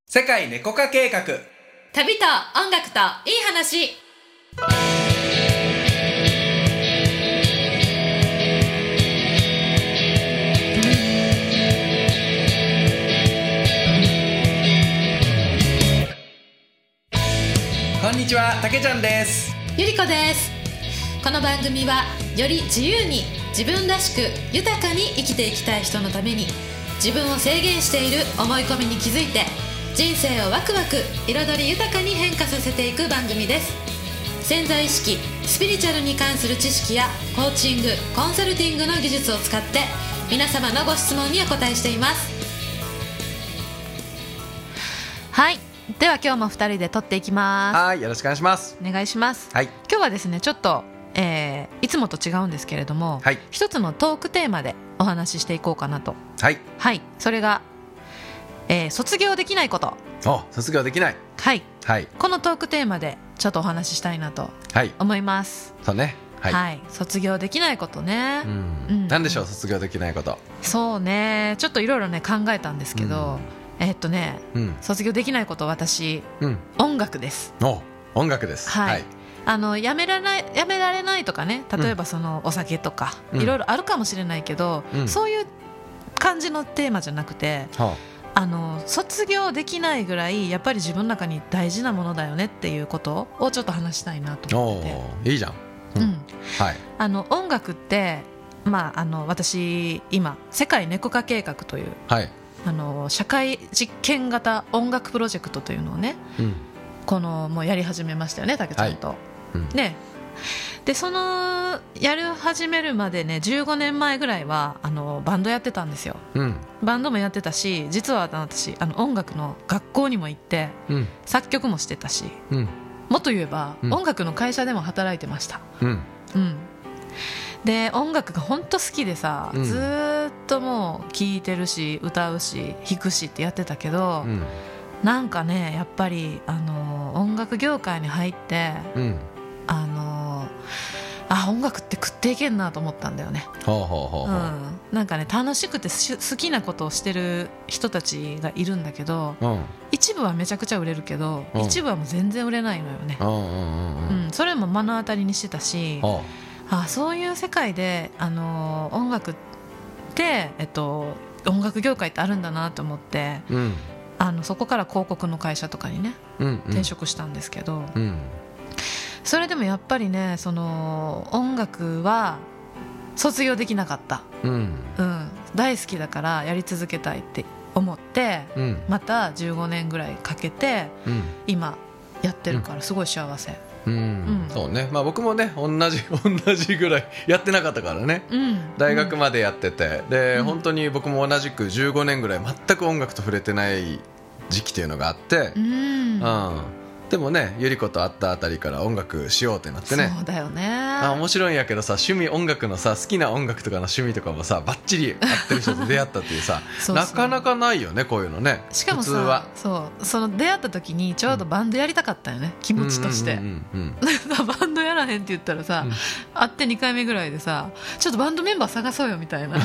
世界猫化計画、 旅と音楽といい話。 こんにちは、たけちゃんです。 ゆりこです。この番組はより自由に自分らしく豊かに生きていきたい人のために、自分を制限している思い込みに気づいて人生をワクワク彩り豊かに変化させていく番組です。潜在意識、スピリチュアルに関する知識やコーチング、コンサルティングの技術を使って皆様のご質問にお答えしています。はい、では今日も2人で撮っていきます。 はい、よろしくお願いします。 お願いします。 はい、 今日はですねちょっと、いつもと違うんですけれども、 はい、 一つのトークテーマでお話ししていこうかなと。 はい、 はい、それが、卒業できないこと。 卒業できない。 はい、 はい、 このトークテーマでちょっとお話ししたいなとはい思います。 そうね。はい、 はい、卒業できないことね。 なんでしょう、卒業できないこと。 そうね、ちょっといろいろね考えたんですけど、卒業できないこと、私、音楽です。 音楽です。 はい、やめられないとかね、例えばそのお酒とか、いろいろあるかもしれないけど、そういう感じのテーマじゃなくて、卒業できないぐらいやっぱり自分の中に大事なものだよねっていうことをちょっと話したいなと思ってて。 いいじゃん。はい、 音楽って、私今世界猫化計画という、 はい、 社会実験型音楽プロジェクトというのをね、もうやり始めましたよね、たけちゃんと、はい、ね。でそのやり始めるまでね、15年前ぐらいはバンドやってたんですよ。バンドもやってたし、実は私音楽の学校にも行って、作曲もしてたし、もっと言えば、音楽の会社でも働いてました。で音楽が本当好きでさ、ずっともう聴いてるし歌うし弾くしってやってたけど、なんかねやっぱり音楽業界に入って、音楽って食っていけんなと思ったんだよね。なんかね、楽しくて好きなことをしてる人たちがいるんだけど、一部はめちゃくちゃ売れるけど、一部はもう全然売れないのよね。それも目の当たりにしてたし、そういう世界で音楽って、音楽業界ってあるんだなと思って、そこから広告の会社とかにね、転職したんですけど、それでもやっぱりね、その音楽は卒業できなかった。大好きだからやり続けたいって思って、また15年ぐらいかけて、今やってるからすごい幸せ。 そうね、僕もね同じぐらいやってなかったからね、大学までやってて、で、本当に僕も同じく15年ぐらい全く音楽と触れてない時期っていうのがあって、でもね、ゆり子と会ったあたりから音楽しようってなってね。 そうだよね。 面白いんやけどさ、趣味音楽のさ、好きな音楽とかの趣味とかもさ、バッチリ合ってる人と出会ったっていうさなかなかないよね、こういうのね。 しかもさ、 普通はその出会った時にちょうどバンドやりたかったよね、気持ちとして。バンドやらへんって言ったらさ、会って2回目ぐらいでさ、ちょっとバンドメンバー探そうよみたいな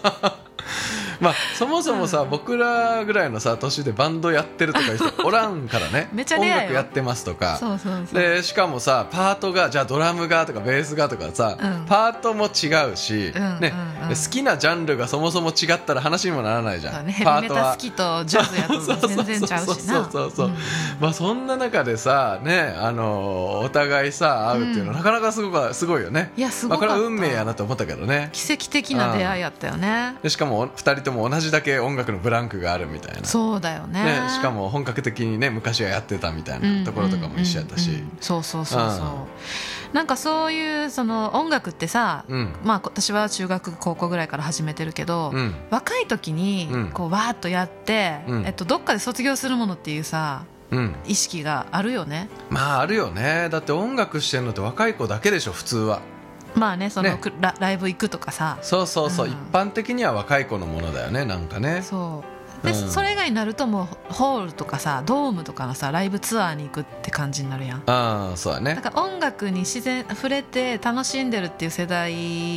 そもそもさ、僕らぐらいのさ年でバンドやってるとかいう人おらんからねめっちゃレアよ。 音楽やってますとか。 そうでしかもさ、パートがじゃあドラムがとかベースがとかさ、パートも違うし、好きなジャンルがそもそも違ったら話にもならないじゃん。 ヘビメタ好きとジャズやと全然ちゃうしな。 そんな中でさ、ね、お互いさ会うっていうのはなかなかすごいよね。 いや、すごかった。 これは運命やなと思ったけどね。 奇跡的な出会いやったよね。 でしかも2人とも同じだけ音楽のブランクがあるみたいな。 そうだよ ね。 しかも本格的にね、昔はやってたみたいなところとかも一緒やったし、なんかそういうその音楽ってさ、私は中学高校ぐらいから始めてるけど、若い時にこうわーっとやって、どっかで卒業するものっていうさ、意識があるよね。 あるよね。だって音楽してるのって若い子だけでしょ、普通は。 ライブ行くとかさ、 一般的には若い子のものだよね、なんかね。 で、それ以外になるともうホールとかさ、ドームとかのさ、ライブツアーに行くって感じになるやん。 そうだね。 だから音楽に自然触れて楽しんでるっていう世代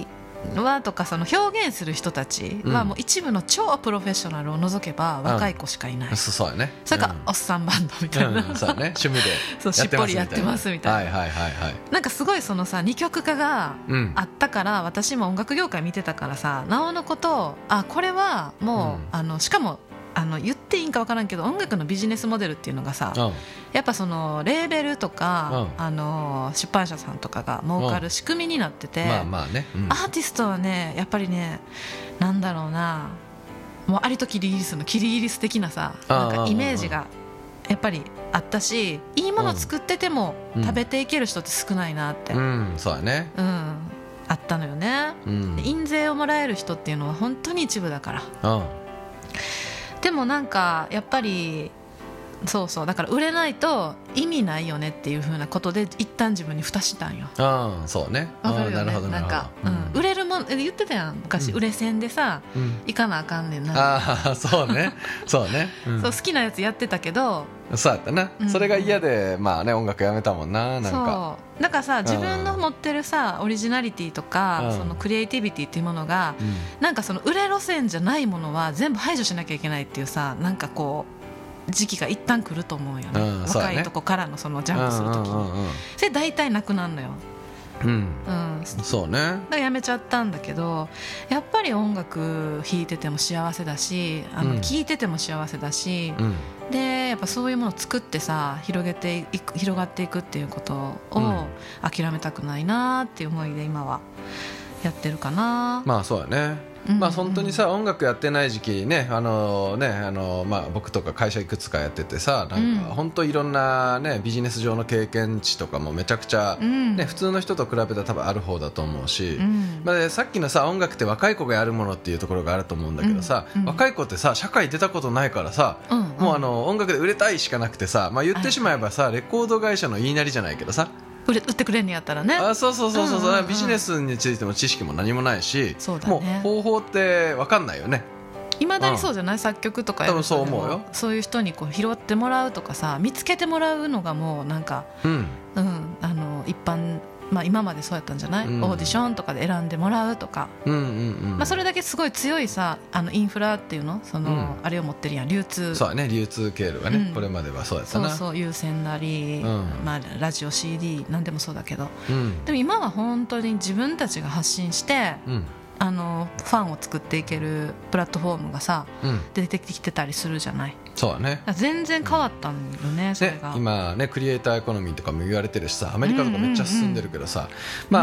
はとかその表現する人たちはもう一部の超プロフェッショナルを除けば若い子しかいない、 そうやね、 それからおっさんバンドみたいな、 そうやね、趣味でそうしっぽりやってますみたいな、なんかすごいそのさ二極化があったから、私も音楽業界見てたからさ、なおのことこれはもう、しかも言っていいんか分からんけど音楽のビジネスモデルっていうのがさ、やっぱそのレーベルとか、出版社さんとかが儲かる仕組みになってて、アーティストはねやっぱりね、なんだろうな、もうアリとキリギリスのキリギリス的なさ、なんかイメージがやっぱりあったし、いいもの作ってても食べていける人って少ないなって、 そうやね、 あったのよね、印税をもらえる人っていうのは本当に一部だから、でもなんかやっぱりそうだから売れないと意味ないよねっていう風なことで一旦自分に蓋したんよ。 そうね、 わかるよね、なんか、売れるもん言ってたやん昔、売れ線でさ、行かなあかんねんな、 そうねそうね、 そう好きなやつやってたけど、 そうやったな、それが嫌でまあね音楽やめたもんな、なんかそうだからさ、自分の持ってるさオリジナリティとか、そのクリエイティビティっていうものが、なんかその売れ路線じゃないものは全部排除しなきゃいけないっていうさ、なんかこう時期が一旦来ると思うよね、若いとこからのそのジャンプするときに、それ大体なくなるのよ、 そうね、だからやめちゃったんだけど、やっぱり音楽弾いてても幸せだし、聴いてても幸せだし、でやっぱそういうものを作ってさ広がっていくっていうことを諦めたくないなっていう思いで今はやってるかな。 まあそうやね、まあ本当にさ音楽やってない時期ね、僕とか会社いくつかやっててさ、なんか本当いろんなねビジネス上の経験値とかもめちゃくちゃね、普通の人と比べたら多分ある方だと思うし、さっきのさ音楽って若い子がやるものっていうところがあると思うんだけどさ、若い子ってさ社会出たことないからさ、もう音楽で売れたいしかなくてさ、言ってしまえばさレコード会社の言いなりじゃないけどさ、 売ってくれんのやったらね、 そうビジネスについても知識も何もないし、もう方法って分かんないよね。 いまだにそうじゃない、作曲とかやる人でもそう思うよ。 そういう人にこう拾ってもらうとかさ、見つけてもらうのがもうなんか、一般、今までそうやったんじゃない、オーディションとかで選んでもらうとか、それだけすごい強いさインフラっていうの、その、あれを持ってるやん、流通、 そうね、流通経路がね、これまではそうやったな、 有線なり、ラジオ CD なんでもそうだけど、でも今は本当に自分たちが発信して、ファンを作っていけるプラットフォームがさ、出てきてたりするじゃない。 そうね、 全然変わったんよね、それが今ねクリエイターエコノミーとかも言われてるしさ、アメリカとかめっちゃ進んでるけどさ、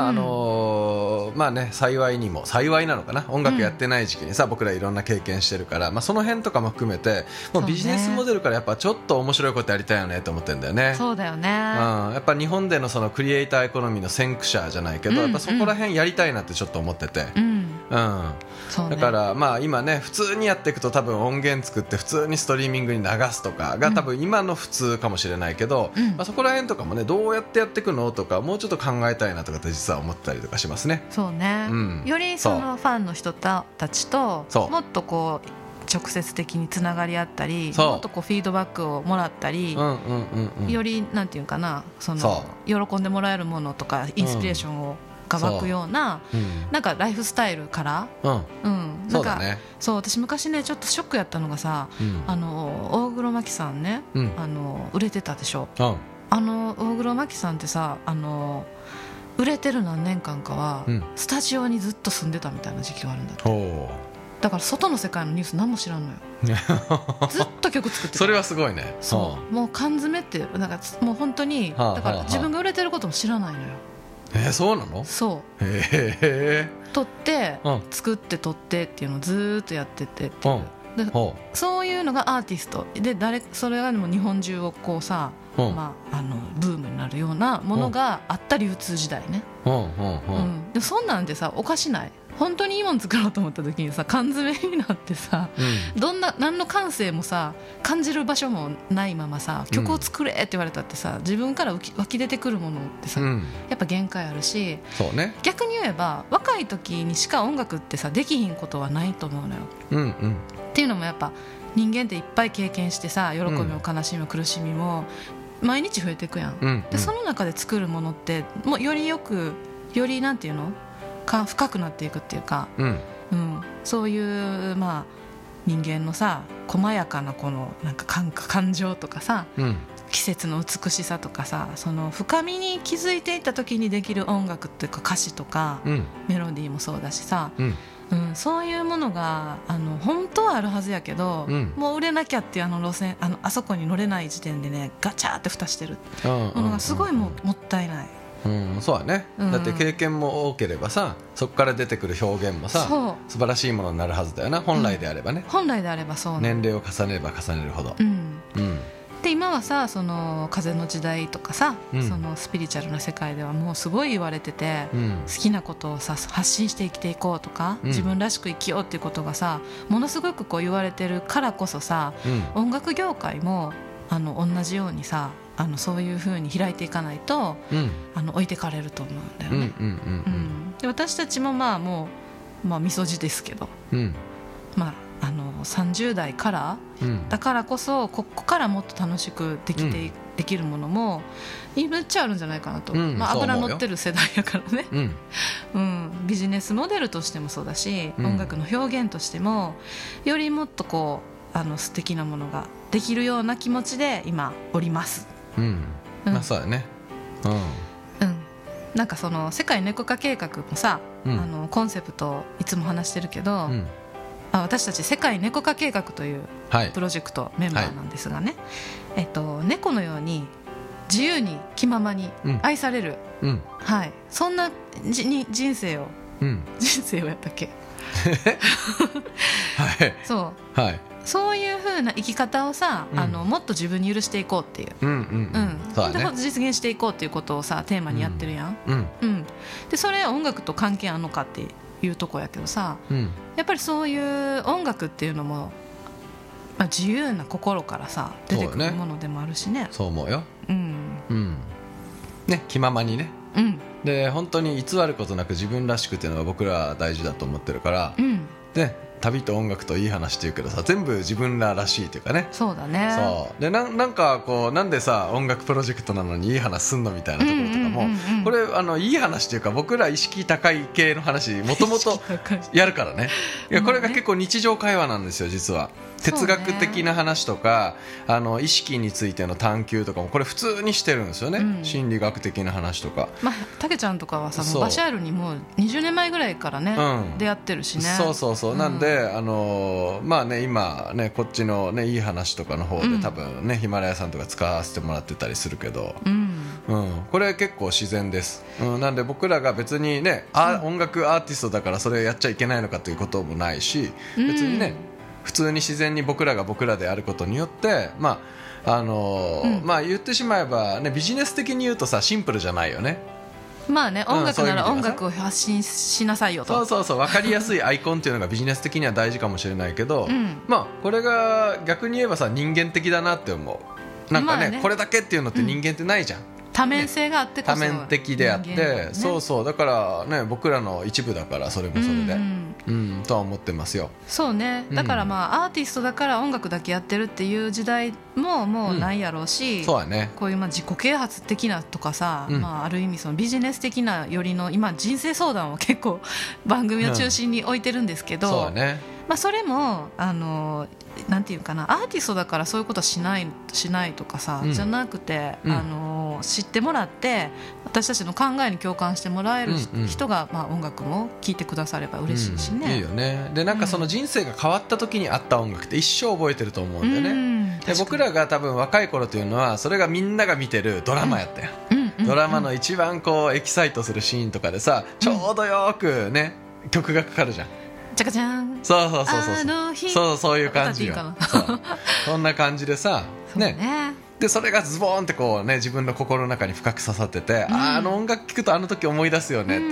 幸いにも幸いなのかな、音楽やってない時期にさ、僕らいろんな経験してるから、その辺とかも含めてもうビジネスモデルからやっぱちょっと面白いことやりたいよねと思ってんだよね。 そうだよね、 やっぱ日本でのそのクリエイターエコノミーの先駆者じゃないけど、やっぱそこら辺やりたいなってちょっと思ってて、だから今ね普通にやっていくと多分音源作って普通にストリーミングに流すとかが多分今の普通かもしれないけど、そこら辺とかもねどうやってやっていくのとかもうちょっと考えたいなとかって実は思ったりとかしますね。 そうね、よりそのファンの人たちともっとこう直接的につながり合ったり、もっとこうフィードバックをもらったり、よりなんていうかな、その喜んでもらえるものとかインスピレーションをが湧くような、なんかライフスタイルから、なんかそう、私昔ねちょっとショックやったのがさ、大黒摩季さんね、売れてたでしょ。大黒摩季さんってさ、売れてる何年間かは、スタジオにずっと住んでたみたいな時期があるんだって。だから外の世界のニュース何も知らんのよずっと曲作ってた。 それはすごいね。 そうもう缶詰ってなんかもう本当に、だから自分が売れてることも知らないのよ。 そうなの？ そう。撮って作って撮ってっていうのをずっとやっててっていう。でそういうのがアーティストで、それがでも日本中をこうさ、ブームになるようなものがあった流通時代ね。でそんなんでさおかしない？本当にいいもの作ろうと思った時にさ缶詰になってさ、何の感性もさ感じる場所もないままさ曲を作れって言われたってさ、自分から湧き出てくるものってさ、やっぱ限界あるし、逆に言えば若い時にしか音楽ってさできひんことはないと思うのよ。っていうのもやっぱ人間っていっぱい経験してさ、喜びも悲しみも苦しみも毎日増えていくやん。でその中で作るものってもうよりなんていうの深くなっていくっていうか、そういう、まあ、人間のさ細やかなこのなんか感情とかさ、季節の美しさとかさ、その深みに気づいていった時にできる音楽っていうか歌詞とか、メロディーもそうだしさ、そういうものが本当はあるはずやけど、もう売れなきゃっていう路線あそこに乗れない時点でねガチャーって蓋してるものがすごいもったいない。 そうだね、だって経験も多ければさそこから出てくる表現もさ素晴らしいものになるはずだよな、本来であればね、 本来であればそう、 年齢を重ねれば重ねるほど、 で今はさその風の時代とかさ、そのスピリチュアルな世界ではもうすごい言われてて、好きなことをさ発信して生きていこうとか、自分らしく生きようっていうことがさものすごくこう言われてるからこそさ、音楽業界も同じようにさそういう風に開いていかないと、置いてかれると思うんだよね。で私たちもまあもう、まあ、みそじですけど、まあ30代から、だからこそここからもっと楽しくできるものもめっちゃあるんじゃないかなと、まあ、油乗ってる世代やからね、ビジネスモデルとしてもそうだし、音楽の表現としてもよりもっとこう素敵なものができるような気持ちで今おります。 まあそうだね。 なんかその世界猫化計画もさ、コンセプトいつも話してるけど、私たち世界猫化計画というプロジェクトメンバーなんですがね、猫のように自由に気ままに愛される、そんな人生をやったっけそういう風な生き方をさ、もっと自分に許していこうっていう、実現していこうっていうことをさテーマにやってるやん。でそれ音楽と関係あんのかっていうとこやけどさ、やっぱりそういう音楽っていうのも、まあ、自由な心からさ出てくるものでもあるしね。 そう思うよ。ね、気ままにね、で本当に偽ることなく自分らしくっていうのが僕らは大事だと思ってるから、で旅と音楽といい話っていうけどさ全部自分ららしいっていうかね。 そうだね。 そうでなんかこうなんでさ音楽プロジェクトなのにいい話すんのみたいなところとかも、これいい話っていうか僕ら意識高い系の話もともとやるからね。いやこれが結構日常会話なんですよ実は。哲学的な話とか意識についての探求とかもこれ普通にしてるんですよね、心理学的な話とか。 まあたけちゃんとかはさバシャールにもう20年前ぐらいからね、出会ってるしね。そうなんでまあね今ねこっちのねいい話とかの方で多分ねヒマラヤさんとか使わせてもらってたりするけど、これ結構自然です、なんで僕らが別にね音楽アーティストだからそれやっちゃいけないのかということもないし、別にね普通に自然に僕らが僕らであることによってまあ言ってしまえばねビジネス的に言うとさシンプルじゃないよね。 まあね音楽なら音楽を発信しなさいよと。 そう分かりやすいアイコンっていうのがビジネス的には大事かもしれないけど、まあこれが逆に言えばさ人間的だなって思う。なんかねこれだけっていうのって人間ってないじゃん。 多面性があってこそ、 多面的であって、そうだからね僕らの一部だからそれもそれで、とは思ってますよ。 そうね。だからまあアーティストだから音楽だけやってるっていう時代ももうないやろうし、 そうだね。 こういうまあ自己啓発的なとかさ、まあある意味そのビジネス的なよりの今人生相談を結構番組の中心に置いてるんですけど、 そうだね。 まあそれもなんていうかなアーティストだからそういうことしないとかさ、じゃなくて知ってもらって私たちの考えに共感してもらえる人が、まあ、音楽も聴いてくだされば嬉しいしね、 いいよね。でなんかその人生が変わった時にあった音楽って一生覚えてると思うんだよね、で僕らが多分若い頃というのはそれがみんなが見てるドラマやったよ、ドラマの一番こうエキサイトするシーンとかでさちょうどよくね曲がかかるじゃん。 チャカチャンそういう感じよ。そんな感じでさねでそれがズボーンってこうね自分の心の中に深く刺さってて、音楽聴くとあの時思い出すよねって、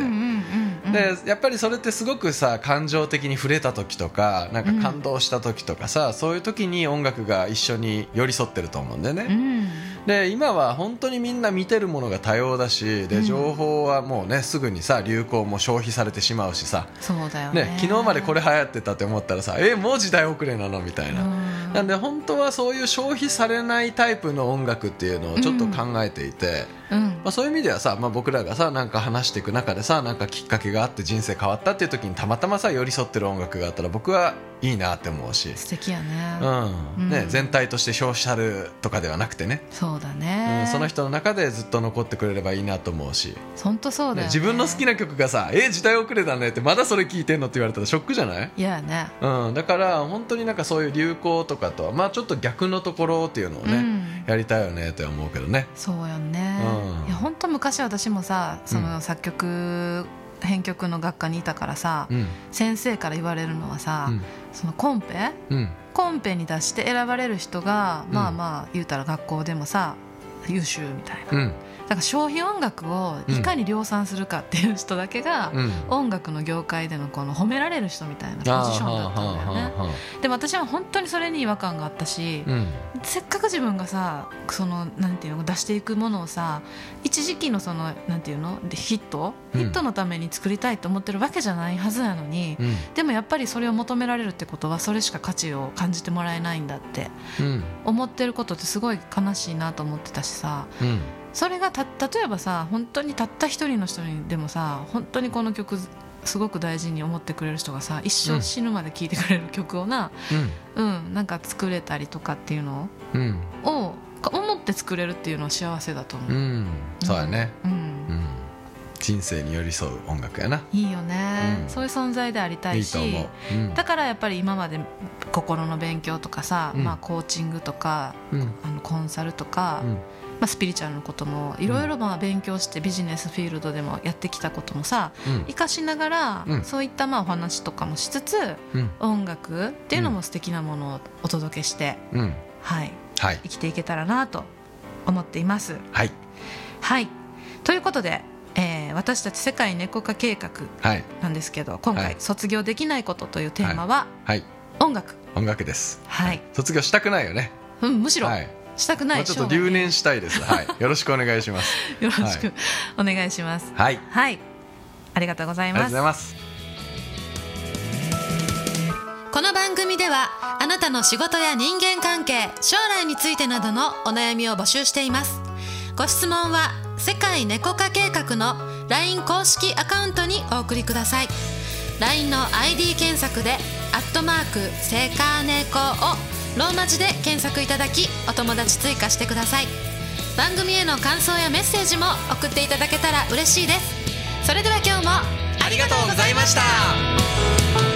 でやっぱりそれってすごくさ感情的に触れた時とかなんか感動した時とかさ、そういう時に音楽が一緒に寄り添ってると思うんだよね、で今は本当にみんな見てるものが多様だしで情報はもうねすぐにさ流行も消費されてしまうしさ、 そうだよね。 昨日までこれ流行ってたって思ったらさもう時代遅れなのみたいな、なんで本当はそういう消費されないタイプの音楽っていうのをちょっと考えていて、 そういう意味ではさ、僕らがさなんか話していく中でさなんかきっかけがあって人生変わったっていう時にたまたまさ寄り添ってる音楽があったら僕はいいなって思うし、 素敵やね、全体として消費されるとかではなくてね、 そうだね、 その人の中でずっと残ってくれればいいなと思うし、 本当そうだよね、 自分の好きな曲がさ時代遅れだねってまだそれ聴いてんのって言われたらショックじゃない？ いやね、 だから本当になんかそういう流行とかとはちょっと逆のところっていうのをね、やりたいよねって思うけどね。 そうよね、いや本当昔私もさその作曲、編曲の学科にいたからさ、先生から言われるのはさ、そのコンペに出して選ばれる人が、言うたら学校でもさ優秀みたいな、だから消費音楽をいかに量産するかっていう人だけが、音楽の業界でのこの褒められる人みたいなポジションだったんだよね。でも私は本当にそれに違和感があったし、せっかく自分がさそのなんていうの出していくものをさ一時期のそのなんていうのヒットのために作りたいと思ってるわけじゃないはずなのに、でもやっぱりそれを求められるってことはそれしか価値を感じてもらえないんだって思ってることってすごい悲しいなと思ってたしさ、それが例えばさ本当にたった一人の人にでもさ本当にこの曲すごく大事に思ってくれる人がさ一生死ぬまで聴いてくれる曲をなんか作れたりとかっていうのを、思って作れるっていうのは幸せだと思う、 そうやね、人生に寄り添う音楽やな。 いいよね、そういう存在でありたいし、 いいと思う、 だからやっぱり今まで心の勉強とかさ、コーチングとか、コンサルとか、スピリチュアルのこともいろいろ勉強してビジネスフィールドでもやってきたこともさ、生かしながら、そういったお話とかもしつつ、音楽っていうのも素敵なものをお届けして、生きていけたらなと思っています。ということで、私たち世界猫化計画なんですけど、今回卒業できないことというテーマは音楽です、卒業したくないよね、 むしろ、したくない、 ちょっと留年したいです、よろしくお願いしますよろしくお願いします。ありがとうございます。 ありがとうございます。 この番組ではあなたの仕事や人間関係、将来についてなどのお悩みを募集しています。ご質問は世界猫化計画の LINE 公式アカウントにお送りください。 LINE の ID 検索で@セカネコをローマ字で検索いただきお友達追加してください。番組への感想やメッセージも送っていただけたら嬉しいです。それでは今日もありがとうございました。